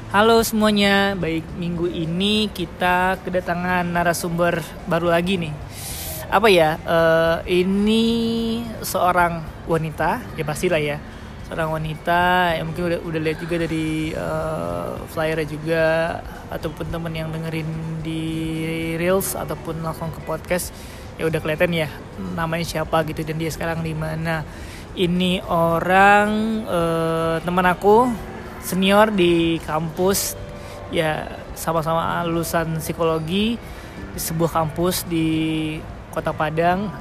Halo semuanya, baik minggu ini kita kedatangan narasumber baru lagi nih. Ini seorang wanita, ya pastilah ya. Seorang wanita yang mungkin udah lihat juga dari flyernya juga, ataupun temen yang dengerin di Reels ataupun langsung ke podcast, ya udah kelihatan ya namanya siapa gitu dan dia sekarang di mana. Ini orang teman aku, senior di kampus, ya sama-sama lulusan psikologi di sebuah kampus di Kota Padang,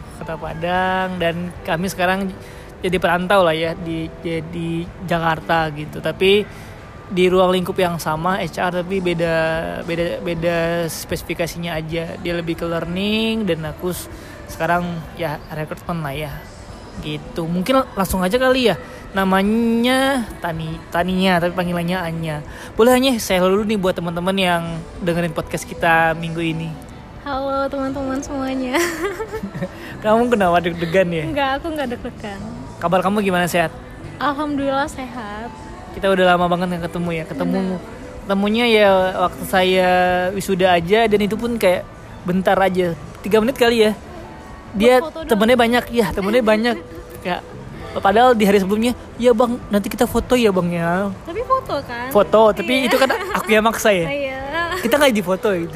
dan kami sekarang jadi perantau lah ya di Jakarta gitu. Tapi di ruang lingkup yang sama HR, tapi beda spesifikasinya aja. Dia lebih ke learning dan aku sekarang ya rekrutmen lah ya. Gitu. Mungkin langsung aja kali ya. Namanya Tania, tapi panggilannya Anya. Boleh Anya, saya dulu nih buat teman-teman yang dengerin podcast kita minggu ini. Halo teman-teman semuanya. Kamu kenapa deg-degan ya? Enggak, aku enggak deg-degan. Kabar kamu gimana, sehat? Alhamdulillah sehat. Kita udah lama banget gak ketemu ya. Ketemunya ya waktu saya wisuda aja, dan itu pun kayak bentar aja, 3 menit kali ya. Dia temennya banyak kayak, padahal di hari sebelumnya, ya bang nanti kita foto ya bang ya. Tapi foto kan? Tapi iya. Itu kan aku yang maksa ya. Iya. Kita nggak di foto gitu.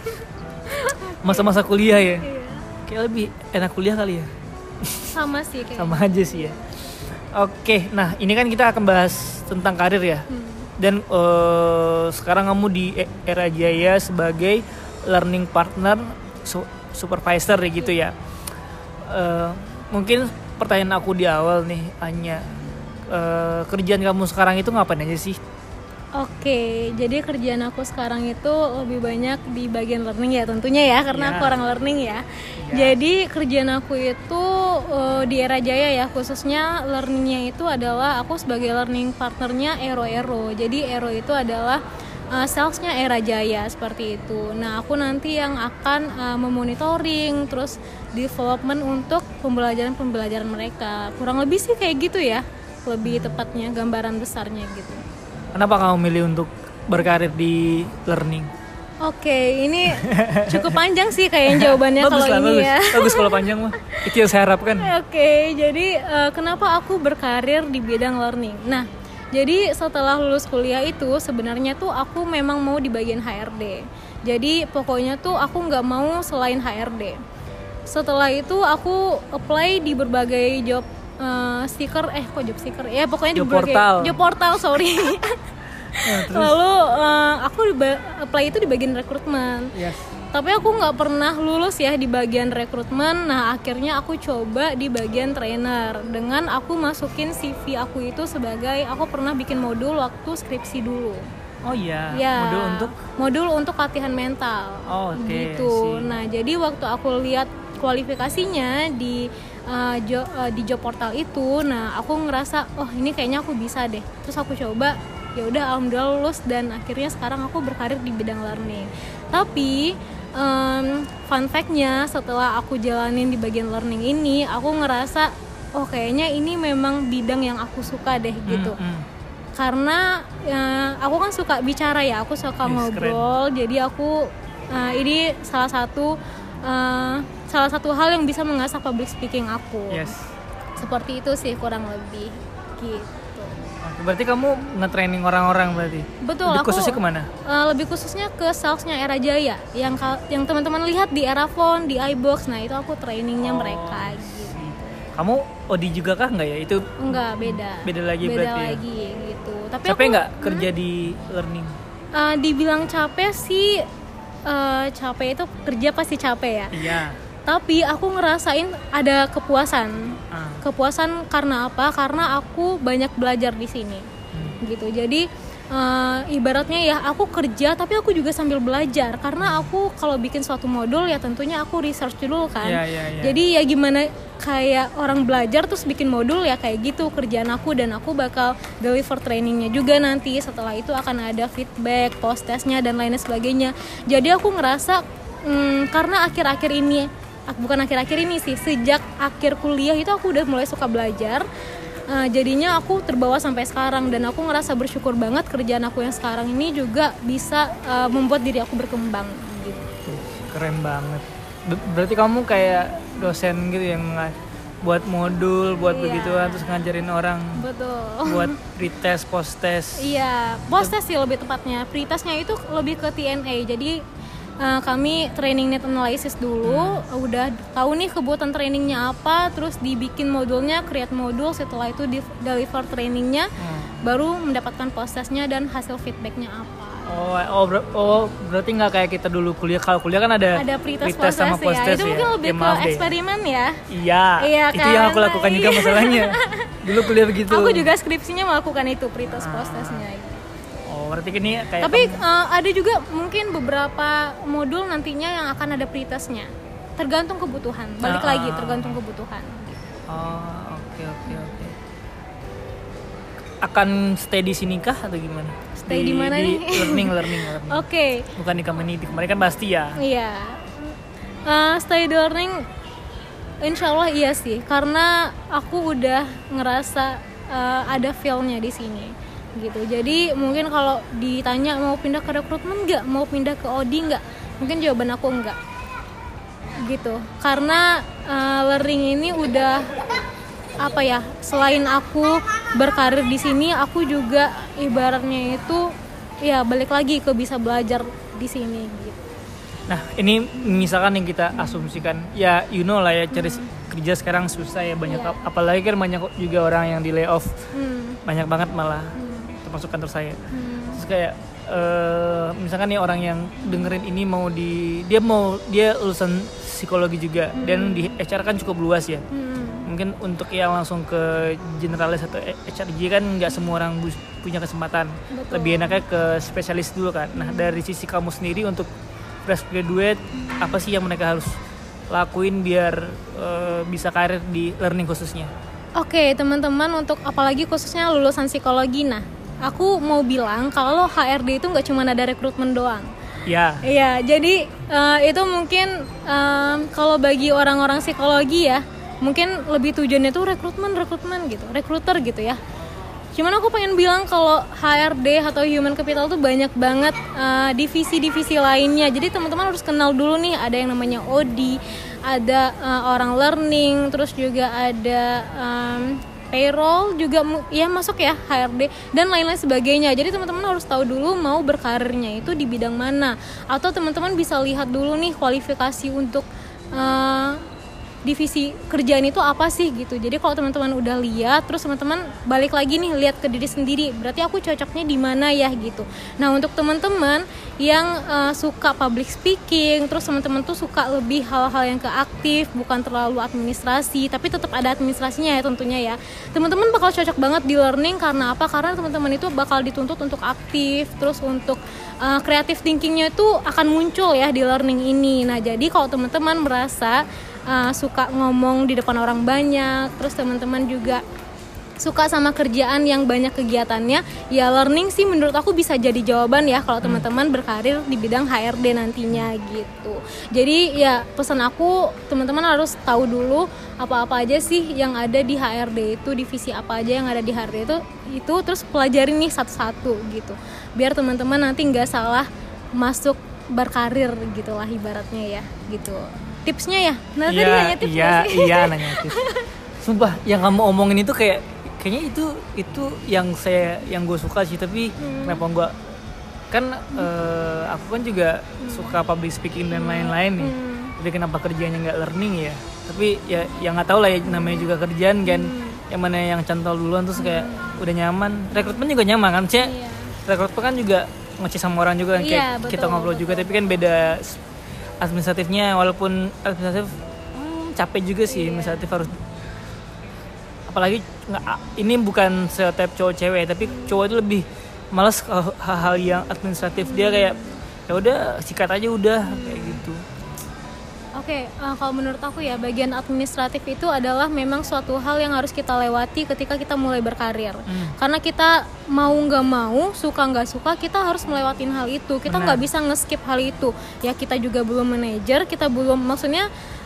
Masa-masa kuliah ya. Iya. Kayak lebih enak kuliah kali ya. Sama sih kayaknya. Sama aja sih ya. Oke, nah ini kan kita akan bahas tentang karir ya. Dan sekarang kamu di Era Jaya sebagai learning partner supervisor gitu ya. Mungkin pertanyaan aku di awal nih, Anya, kerjaan kamu sekarang itu ngapain aja sih? Oke, jadi kerjaan aku sekarang itu lebih banyak di bagian learning ya tentunya ya, karena aku orang learning ya. Jadi kerjaan aku itu di Era Jaya ya, khususnya learningnya itu adalah aku sebagai learning partnernya Ero. Jadi Ero itu adalah salesnya Era Jaya seperti itu. Nah, aku nanti yang akan memonitoring, terus development untuk pembelajaran mereka. Kurang lebih sih kayak gitu ya, lebih tepatnya gambaran besarnya gitu. Kenapa kamu milih untuk berkarir di learning? Oke, ini cukup panjang sih kayaknya jawabannya kalau ini ya. Bagus kalau panjang mah. Itu yang saya harapkan. Oke, jadi kenapa aku berkarir di bidang learning? Nah, jadi setelah lulus kuliah itu sebenarnya tuh aku memang mau di bagian HRD. Jadi pokoknya tuh aku nggak mau selain HRD. Setelah itu aku apply di berbagai job seeker, job seeker? Ya pokoknya di berbagai job portal, sorry. Lalu aku apply itu di bagian rekrutmen. Yes. Tapi aku nggak pernah lulus ya di bagian rekrutmen. Nah akhirnya aku coba di bagian trainer dengan aku masukin CV aku itu sebagai aku pernah bikin modul waktu skripsi dulu. Oh iya. Modul untuk latihan mental. Oh, okay. Gitu. Nah jadi waktu aku lihat kualifikasinya di job portal itu, nah aku ngerasa ini kayaknya aku bisa deh. Terus aku coba, ya udah alhamdulillah lulus dan akhirnya sekarang aku berkarir di bidang learning. Tapi fun fact-nya setelah aku jalanin di bagian learning ini, aku ngerasa kayaknya ini memang bidang yang aku suka deh gitu. Karena aku kan suka bicara ya, aku suka ngobrol. Keren. Jadi aku ini salah satu hal yang bisa mengasah public speaking aku. Yes. Seperti itu sih kurang lebih gitu. Berarti kamu nge-training orang-orang berarti? Betul. Lebih khususnya kemana? Lebih khususnya ke salesnya Era Jaya. Yang teman-teman lihat di Erafone, di iBox. Nah itu aku trainingnya mereka gitu. Kamu OD juga kah nggak ya? Itu enggak, beda. Beda lagi gitu. Tapi capek nggak kerja di learning? Dibilang capek sih, capek itu kerja pasti capek ya. Iya. Tapi aku ngerasain ada kepuasan. Kepuasan karena apa? Karena aku banyak belajar di sini. Gitu. Jadi ibaratnya ya aku kerja tapi aku juga sambil belajar. Karena aku kalau bikin suatu modul ya tentunya aku research dulu kan. Jadi ya gimana kayak orang belajar terus bikin modul ya kayak gitu kerjaan aku, dan aku bakal deliver trainingnya juga nanti. Setelah itu akan ada feedback, post testnya dan lain sebagainya. Jadi aku ngerasa karena akhir-akhir ini sih, sejak akhir kuliah itu aku udah mulai suka belajar. Jadinya aku terbawa sampai sekarang, dan aku ngerasa bersyukur banget kerjaan aku yang sekarang ini juga bisa membuat diri aku berkembang gitu. Keren banget. Berarti kamu kayak dosen gitu yang buat modul, buat begituan, terus ngajarin orang. Betul. Buat pretest, post-test. Iya, post-test sih lebih tepatnya. Pretestnya itu lebih ke TNA. Jadi kami training need analysis dulu, udah tahu nih kebutuhan trainingnya apa, terus dibikin modulnya, create modul, setelah itu deliver trainingnya, baru mendapatkan post-testnya dan hasil feedbacknya apa. Berarti nggak kayak kita dulu kuliah. Kalau kuliah kan ada pretest sama post-test ya. Itu mungkin lebih ke eksperimen ya. Iya, itu kan? yang aku lakukan juga masalahnya. Dulu kuliah begitu. Aku juga skripsinya melakukan itu, pretest post-testnya. Berarti ini kayak tapi ada juga mungkin beberapa modul nantinya yang akan ada pretestnya. Tergantung kebutuhan. Balik lagi tergantung kebutuhan. Oke. Akan stay di sini kah atau gimana? Stay di mana nih? Learning. Oke. Bukan di company. Kemarin kan pasti ya. Iya. Stay di learning, insya Allah iya sih. Karena aku udah ngerasa ada feel-nya di sini. Gitu. Jadi mungkin kalau ditanya mau pindah ke rekrutmen nggak, mau pindah ke OD nggak, mungkin jawaban aku nggak gitu, karena learning ini udah apa ya, selain aku berkarir di sini, aku juga ibaratnya itu ya balik lagi ke bisa belajar di sini gitu. Nah ini misalkan yang kita asumsikan ya lah ya, cari kerja sekarang susah ya, banyak apalagi kan banyak juga orang yang di layoff, banyak banget malah. Masuk kantor saya. Terus kayak misalkan nih orang yang dengerin ini dia lulusan psikologi juga, dan di HR kan cukup luas ya. Mungkin untuk yang langsung ke generalis atau HRG kan nggak semua orang punya kesempatan. Betul. Lebih enaknya ke spesialis dulu kan. Nah dari sisi kamu sendiri untuk fresh graduate, apa sih yang mereka harus lakuin biar bisa karir di learning khususnya? Oke, teman-teman, untuk apalagi khususnya lulusan psikologi, aku mau bilang kalau HRD itu nggak cuma ada rekrutmen doang. Ya. Iya, jadi itu mungkin kalau bagi orang-orang psikologi ya, mungkin lebih tujuannya tuh rekrutmen gitu, rekruter gitu ya. Cuman aku pengen bilang kalau HRD atau human capital tuh banyak banget divisi-divisi lainnya. Jadi teman-teman harus kenal dulu nih, ada yang namanya OD, ada orang learning, terus juga ada payroll juga ya masuk ya, HRD dan lain-lain sebagainya. Jadi teman-teman harus tahu dulu mau berkarirnya itu di bidang mana, atau teman-teman bisa lihat dulu nih kualifikasi untuk divisi kerjaan itu apa sih gitu. Jadi kalau teman-teman udah lihat, terus teman-teman balik lagi nih lihat ke diri sendiri, berarti aku cocoknya di mana ya gitu. Nah untuk teman-teman yang suka public speaking, terus teman-teman tuh suka lebih hal-hal yang keaktif, bukan terlalu administrasi, tapi tetap ada administrasinya ya tentunya ya. Teman-teman bakal cocok banget di learning. Karena apa? Karena teman-teman itu bakal dituntut untuk aktif, terus untuk creative thinkingnya itu akan muncul ya di learning ini. Nah jadi kalau teman-teman merasa suka ngomong di depan orang banyak, terus teman-teman juga suka sama kerjaan yang banyak kegiatannya, ya learning sih menurut aku bisa jadi jawaban ya kalau teman-teman berkarir di bidang HRD nantinya gitu. Jadi ya pesan aku, teman-teman harus tahu dulu apa-apa aja sih yang ada di HRD itu, divisi apa aja yang ada di HRD itu terus pelajarin nih satu-satu gitu, biar teman-teman nanti nggak salah masuk berkarir gitulah ibaratnya ya gitu. Tipsnya ya, tadi nanya tips sih? Iya nanya tips. Sumpah yang kamu omongin itu kayaknya itu yang gue suka sih, tapi kenapa gue kan aku kan juga suka public speaking dan lain-lain nih. Tapi kenapa kerjanya nggak learning ya? Tapi ya nggak tahu lah ya, namanya juga kerjaan kan. Yang mana yang cantol duluan terus kayak udah nyaman. Rekrutmen juga nyaman kan, rekrutmen kan juga ngecek sama orang juga kan, kayak kita ngobrol juga, tapi kan beda administratifnya. Walaupun administratif capek juga sih, administratif harus, apalagi ini bukan stereotip cowok cewek, tapi cowok itu lebih malas hal-hal yang administratif. Dia kayak ya udah sikat aja udah kayak gitu. Oke, kalau menurut aku ya bagian administratif itu adalah memang suatu hal yang harus kita lewati ketika kita mulai berkarir. Karena kita mau nggak mau, suka nggak suka, kita harus melewatin hal itu. Kita nggak bisa nge-skip hal itu. Ya kita juga belum manajer, kita belum, maksudnya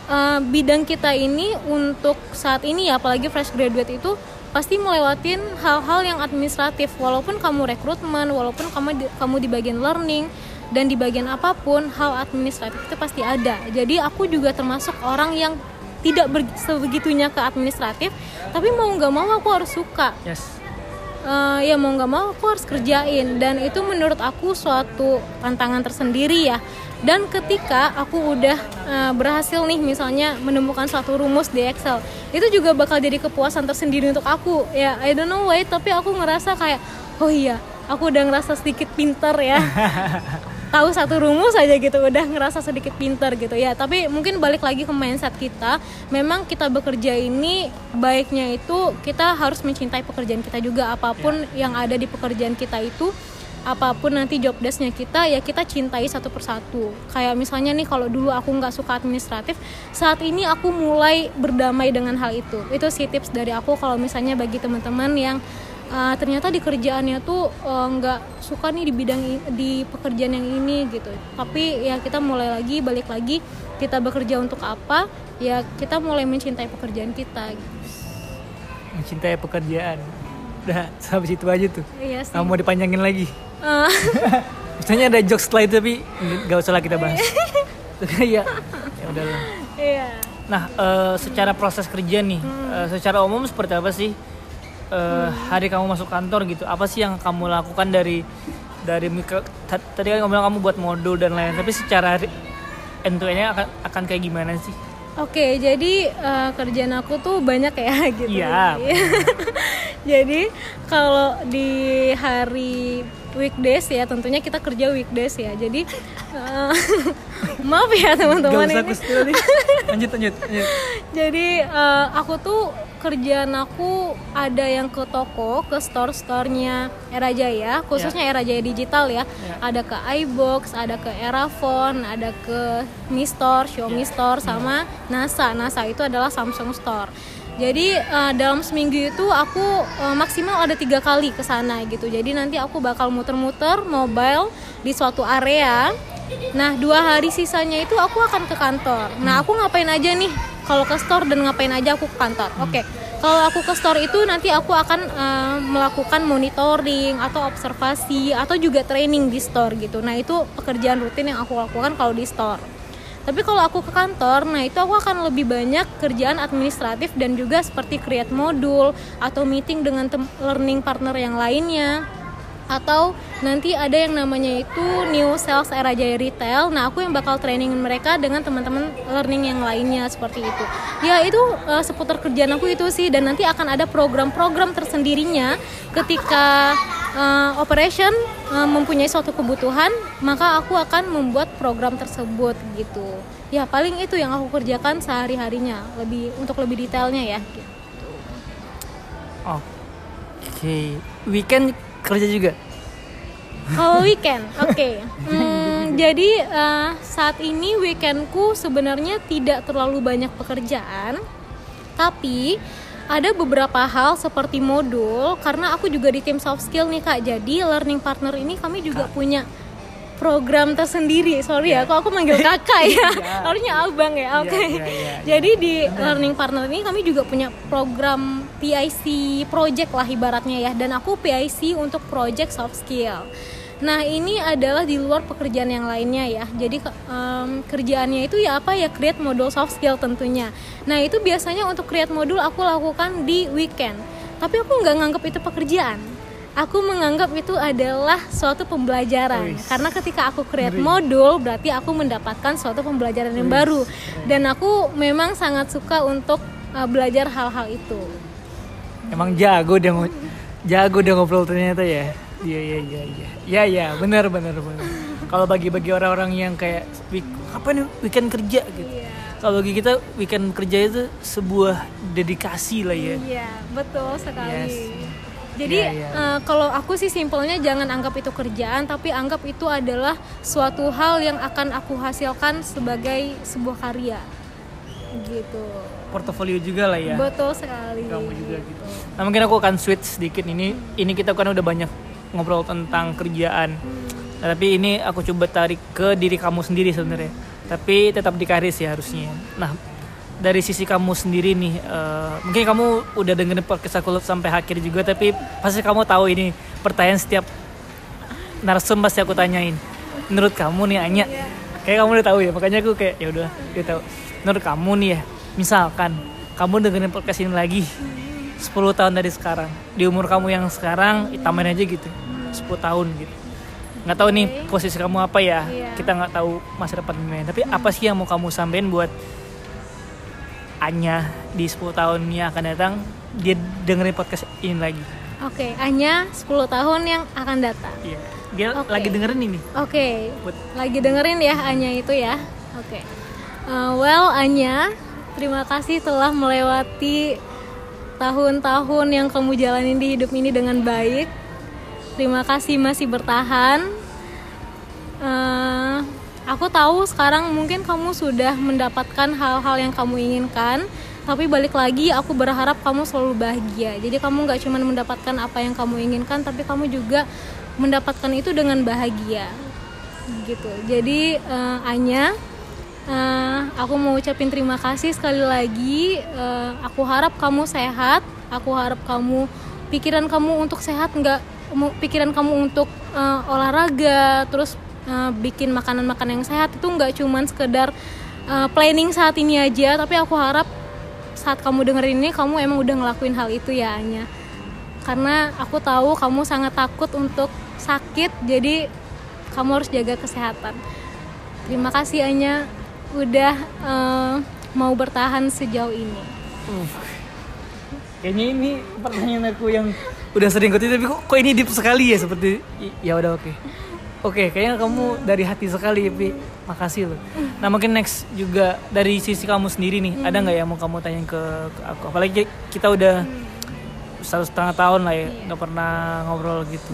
bidang kita ini untuk saat ini ya, apalagi fresh graduate itu pasti melewatin hal-hal yang administratif. Walaupun kamu rekrutmen, walaupun kamu di bagian learning dan di bagian apapun, hal administratif itu pasti ada. Jadi aku juga termasuk orang yang tidak sebegitunya ke administratif, tapi mau nggak mau aku harus suka. Yes. Ya mau nggak mau aku harus kerjain, dan itu menurut aku suatu tantangan tersendiri ya. Dan ketika aku udah berhasil nih misalnya menemukan suatu rumus di Excel, itu juga bakal jadi kepuasan tersendiri untuk aku ya. I don't know why, tapi aku ngerasa kayak oh iya, aku udah ngerasa sedikit pinter ya. Tahu satu rumus aja gitu udah ngerasa sedikit pinter gitu ya. Tapi mungkin balik lagi ke mindset kita, memang kita bekerja ini baiknya itu kita harus mencintai pekerjaan kita juga. Apapun yang ada di pekerjaan kita itu, apapun nanti job desk-nya kita, ya kita cintai satu persatu. Kayak misalnya nih, kalau dulu aku nggak suka administratif, saat ini aku mulai berdamai dengan hal itu. Itu sih tips dari aku kalau misalnya bagi teman-teman yang ternyata di kerjaannya tuh nggak suka nih di pekerjaan yang ini gitu. Tapi ya kita mulai lagi, balik lagi, kita bekerja untuk apa? Ya kita mulai mencintai pekerjaan kita gitu. Mencintai pekerjaan. Udah sampai situ aja tuh. Iya sih. Nggak mau dipanjangin lagi. Misalnya ada jokes setelah itu, tapi nggak usah lah kita bahas. Ya udahlah. Iya. Nah, secara proses kerja nih, secara umum seperti apa sih hari kamu masuk kantor gitu? Apa sih yang kamu lakukan dari tadi kan kamu bilang kamu buat modul dan lain, tapi secara end to end-nya akan kayak gimana sih? Oke, jadi kerjaan aku tuh banyak ya gitu. Iya. Jadi kalau di hari weekdays ya, tentunya kita kerja weekdays ya. Jadi maaf ya teman-teman ini. Lanjut. Jadi aku tuh kerjaan aku ada yang ke toko, ke store-nya Era Jaya, khususnya Era Jaya Digital ya. Ada ke iBox, ada ke Erafone, ada ke Mi Store, Xiaomi Store, sama NASA. NASA itu adalah Samsung Store. Jadi dalam seminggu itu aku maksimal ada 3 kali ke sana gitu. Jadi nanti aku bakal muter-muter mobile di suatu area. Nah 2 hari sisanya itu aku akan ke kantor. Nah aku ngapain aja nih kalau ke store dan ngapain aja aku ke kantor? Oke. Kalau aku ke store itu nanti aku akan melakukan monitoring atau observasi atau juga training di store gitu. Nah itu pekerjaan rutin yang aku lakukan kalau di store. Tapi kalau aku ke kantor, nah itu aku akan lebih banyak kerjaan administratif dan juga seperti create modul atau meeting dengan learning partner yang lainnya. Atau nanti ada yang namanya itu New Sales Era Jaya Retail. Nah aku yang bakal training mereka dengan teman-teman learning yang lainnya seperti itu. Ya itu seputar kerjaan aku itu sih. Dan nanti akan ada program-program tersendirinya ketika operation mempunyai suatu kebutuhan, maka aku akan membuat program tersebut gitu. Ya paling itu yang aku kerjakan sehari-harinya, untuk lebih detailnya ya gitu. Oke. Weekend kerja juga? Kalau weekend, oke. Jadi saat ini weekendku sebenarnya tidak terlalu banyak pekerjaan, tapi ada beberapa hal seperti modul, karena aku juga di tim soft skill nih Kak. Jadi learning partner ini kami juga punya program tersendiri. Sorry ya, kok aku manggil kakak ya. Harusnya abang ya. Oke. Jadi di learning partner ini kami juga punya program PIC project lah ibaratnya ya. Dan aku PIC untuk project soft skill. Nah ini adalah di luar pekerjaan yang lainnya ya. Jadi kerjaannya itu ya apa ya, create modul soft skill tentunya. Nah itu biasanya untuk create modul aku lakukan di weekend. Tapi aku nggak nganggap itu pekerjaan. Aku menganggap itu adalah suatu pembelajaran. Karena ketika aku create modul, berarti aku mendapatkan suatu pembelajaran yang baru. Dan aku memang sangat suka untuk belajar hal-hal itu. Emang jago dia ngobrol ternyata ya. Iya, benar. Kalau bagi orang-orang yang kayak apa nih weekend kerja gitu. Kalau bagi kita weekend kerja itu sebuah dedikasi lah ya. Iya, betul sekali. Jadi kalau aku sih simpelnya jangan anggap itu kerjaan, tapi anggap itu adalah suatu hal yang akan aku hasilkan sebagai sebuah karya gitu. Portofolio juga lah ya. Betul sekali. Kamu juga gitu. Nah mungkin aku akan switch sedikit ini kita kan udah banyak ngobrol tentang kerjaan. Nah, tapi ini aku coba tarik ke diri kamu sendiri sebenarnya. Tapi tetap di karir sih harusnya. Nah dari sisi kamu sendiri nih, mungkin kamu udah dengerin podcast aku sampai akhir juga, tapi pasti kamu tahu ini pertanyaan setiap narsum pasti aku tanyain. Menurut kamu nih Anya, kayak kamu udah tahu ya, makanya aku kayak ya udah dia tahu. Menurut kamu nih ya, misalkan kamu dengerin podcast ini lagi 10 tahun dari sekarang, di umur kamu yang sekarang, tambahin aja gitu, 10 tahun gitu. Nggak tahu nih posisi kamu apa ya, kita nggak tahu masa depan gimana. Tapi apa sih yang mau kamu sampein buat Anya di 10 tahun yang akan datang, dia dengerin podcast ini lagi? Oke, Anya 10 tahun yang akan datang. Iya, dia lagi dengerin ini. Oke, lagi dengerin ya Anya itu ya. Oke. Well, Anya, terima kasih telah melewati tahun-tahun yang kamu jalanin di hidup ini dengan baik. Terima kasih masih bertahan. Aku tahu sekarang mungkin kamu sudah mendapatkan hal-hal yang kamu inginkan, tapi balik lagi aku berharap kamu selalu bahagia. Jadi kamu gak cuma mendapatkan apa yang kamu inginkan, tapi kamu juga mendapatkan itu dengan bahagia gitu. Jadi Anya, aku mau ucapin terima kasih sekali lagi. Aku harap kamu sehat, aku harap pikiran kamu untuk sehat, pikiran kamu untuk olahraga, terus bikin makanan-makanan yang sehat. Itu nggak cuman sekedar planning saat ini aja, tapi aku harap saat kamu dengerin ini kamu emang udah ngelakuin hal itu ya Anya, karena aku tahu kamu sangat takut untuk sakit, jadi kamu harus jaga kesehatan. Terima kasih Anya udah mau bertahan sejauh ini. Kayaknya ini pertanyaan aku yang udah sering ikut, tapi kok ini deep sekali ya, seperti ya udah Oke, kayaknya kamu dari hati sekali, Pi. Makasih loh. Nah, mungkin next juga dari sisi kamu sendiri nih, ada nggak yang mau kamu tanyain ke aku? Apalagi kita udah 1,5 tahun lah ya, nggak pernah ngobrol gitu.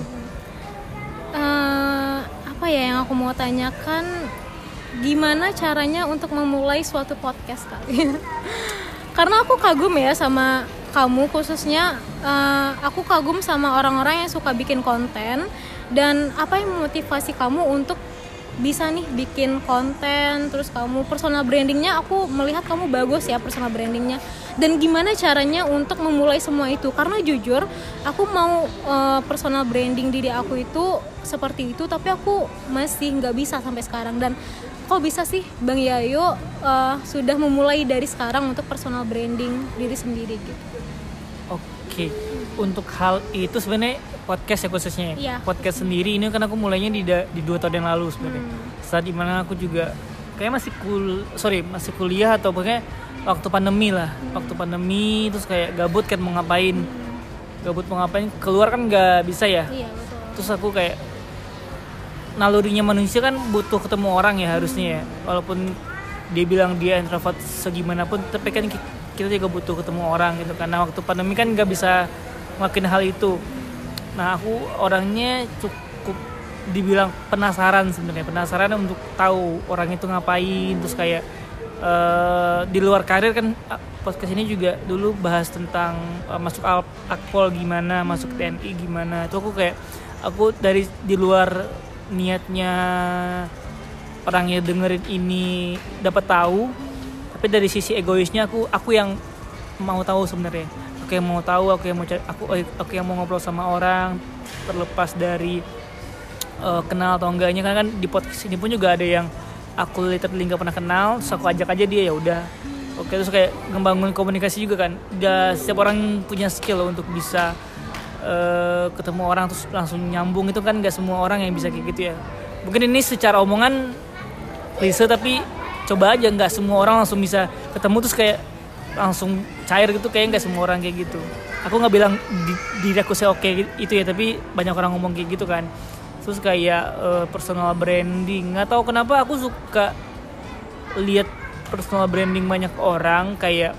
Apa ya yang aku mau tanyakan? Gimana caranya untuk memulai suatu podcast kali? Karena aku kagum ya sama kamu, khususnya aku kagum sama orang-orang yang suka bikin konten. Dan apa yang memotivasi kamu untuk bisa nih bikin konten, terus kamu personal brandingnya, aku melihat kamu bagus ya personal brandingnya. Dan gimana caranya untuk memulai semua itu? Karena jujur aku mau personal branding diri aku itu seperti itu, tapi aku masih nggak bisa sampai sekarang. Dan kok bisa sih Bang Yayo sudah memulai dari sekarang untuk personal branding diri sendiri gitu? Oke, untuk hal itu sebenarnya podcast ya khususnya. Iya. Podcast sendiri ini kan aku mulainya di 2 tahun yang lalu sebenarnya. Saat dimana aku juga kayak masih kuliah atau pokoknya waktu pandemi lah. Waktu pandemi terus kayak gabut kan mau ngapain. Keluar kan nggak bisa ya. Iya, betul. Terus aku kayak nalurinya manusia kan butuh ketemu orang ya harusnya ya. Walaupun dia bilang dia introvert segimanapun, tapi kan kita juga butuh ketemu orang gitu. Karena waktu pandemi kan nggak bisa ngelakuin hal itu. Nah, aku orangnya cukup dibilang penasaran sebenarnya, penasaran untuk tahu orang itu ngapain. Terus kayak di luar karir kan podcast ini juga dulu bahas tentang masuk Akpol gimana, masuk TNI gimana. Itu aku dari di luar niatnya orang yang dengerin ini dapat tahu, tapi dari sisi egoisnya aku yang mau tahu sebenarnya. Aku yang mau tahu, aku yang mau ngobrol sama orang, terlepas dari kenal atau enggaknya. Kan di podcast ini pun juga ada yang aku literally nggak pernah kenal, terus aku ajak aja dia, ya udah. Oke, terus kayak ngebangun komunikasi juga kan. Setiap orang punya skill untuk bisa ketemu orang terus langsung nyambung, itu kan nggak semua orang yang bisa kayak gitu ya. Mungkin ini secara omongan klise, tapi coba aja, nggak semua orang langsung bisa ketemu terus kayak langsung cair gitu, kayak nggak semua orang kayak gitu. Aku nggak bilang diri aku oke itu ya, tapi banyak orang ngomong kayak gitu kan. Terus kayak personal branding, nggak tahu kenapa aku suka lihat personal branding banyak orang, kayak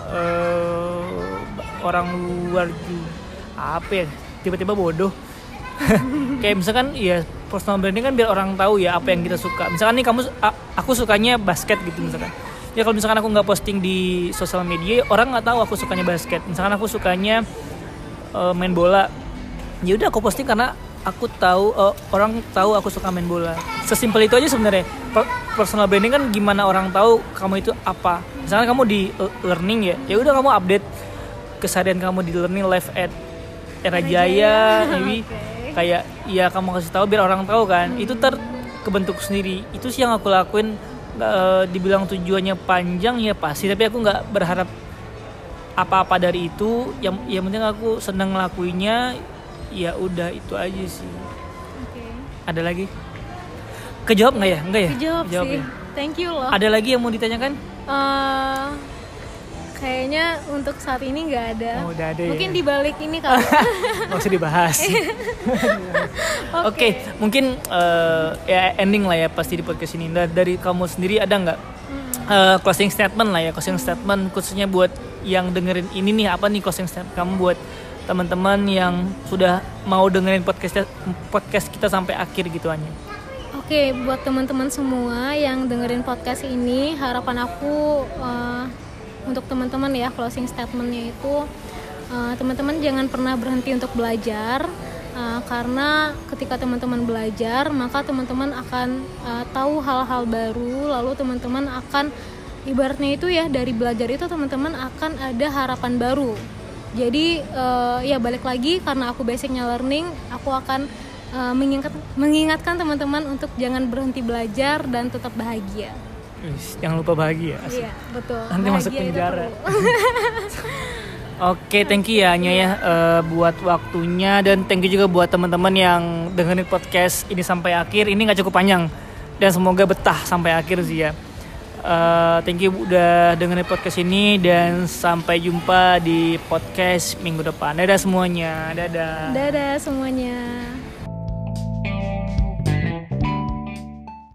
orang luar juga apa ya, tiba-tiba bodoh. Kayak misalkan ya personal branding kan biar orang tahu ya apa yang kita suka. Misalkan nih aku sukanya basket gitu misalkan. Ya kalau misalkan aku nggak posting di sosial media, orang nggak tahu aku sukanya basket. Misalkan aku sukanya main bola, ya udah aku posting karena aku tahu orang tahu aku suka main bola. Sesimpel itu aja sebenarnya. Personal branding kan gimana orang tahu kamu itu apa. Misalkan kamu di learning ya udah kamu update keseharian kamu di learning live at Era Jaya, maybe kayak ya kamu kasih tahu biar orang tahu kan. Itu kebentuk sendiri. Itu sih yang aku lakuin. Dibilang tujuannya panjang ya pasti, tapi aku nggak berharap apa-apa dari itu. Yang penting aku seneng ngelakuinnya. Ya udah itu aja sih. Ada lagi? Kejawab nggak ya? Enggak ya? Kejawab sih. Ya? Thank you loh. Ada lagi yang mau ditanyakan? Kayaknya untuk saat ini nggak ada. Oh, udah ada. Mungkin ya? dibalik ini kali. Nggak usah dibahas. Oke, mungkin ya ending lah ya pasti di podcast ini. Dari kamu sendiri ada nggak closing statement lah ya, closing statement khususnya buat yang dengerin ini nih, apa nih closing statement kamu buat teman-teman yang sudah mau dengerin podcast kita sampai akhir gitu aja. Oke, buat teman-teman semua yang dengerin podcast ini, harapan aku untuk teman-teman ya, closing statementnya itu teman-teman jangan pernah berhenti untuk belajar, karena ketika teman-teman belajar maka teman-teman akan tahu hal-hal baru, lalu teman-teman akan ibaratnya itu ya, dari belajar itu teman-teman akan ada harapan baru. Jadi ya balik lagi, karena aku basicnya learning, aku akan mengingatkan teman-teman untuk jangan berhenti belajar dan tetap bahagia. Jangan lupa bahagia. Iya, betul. Nanti bahagia masuk penjara. Oke, thank you ya Nya ya buat waktunya, dan thank you juga buat teman-teman yang dengerin podcast ini sampai akhir. Ini nggak cukup panjang dan semoga betah sampai akhir sih ya. Thank you udah dengerin podcast ini, dan sampai jumpa di podcast minggu depan. Dadah semuanya. Dadah. Dadah semuanya.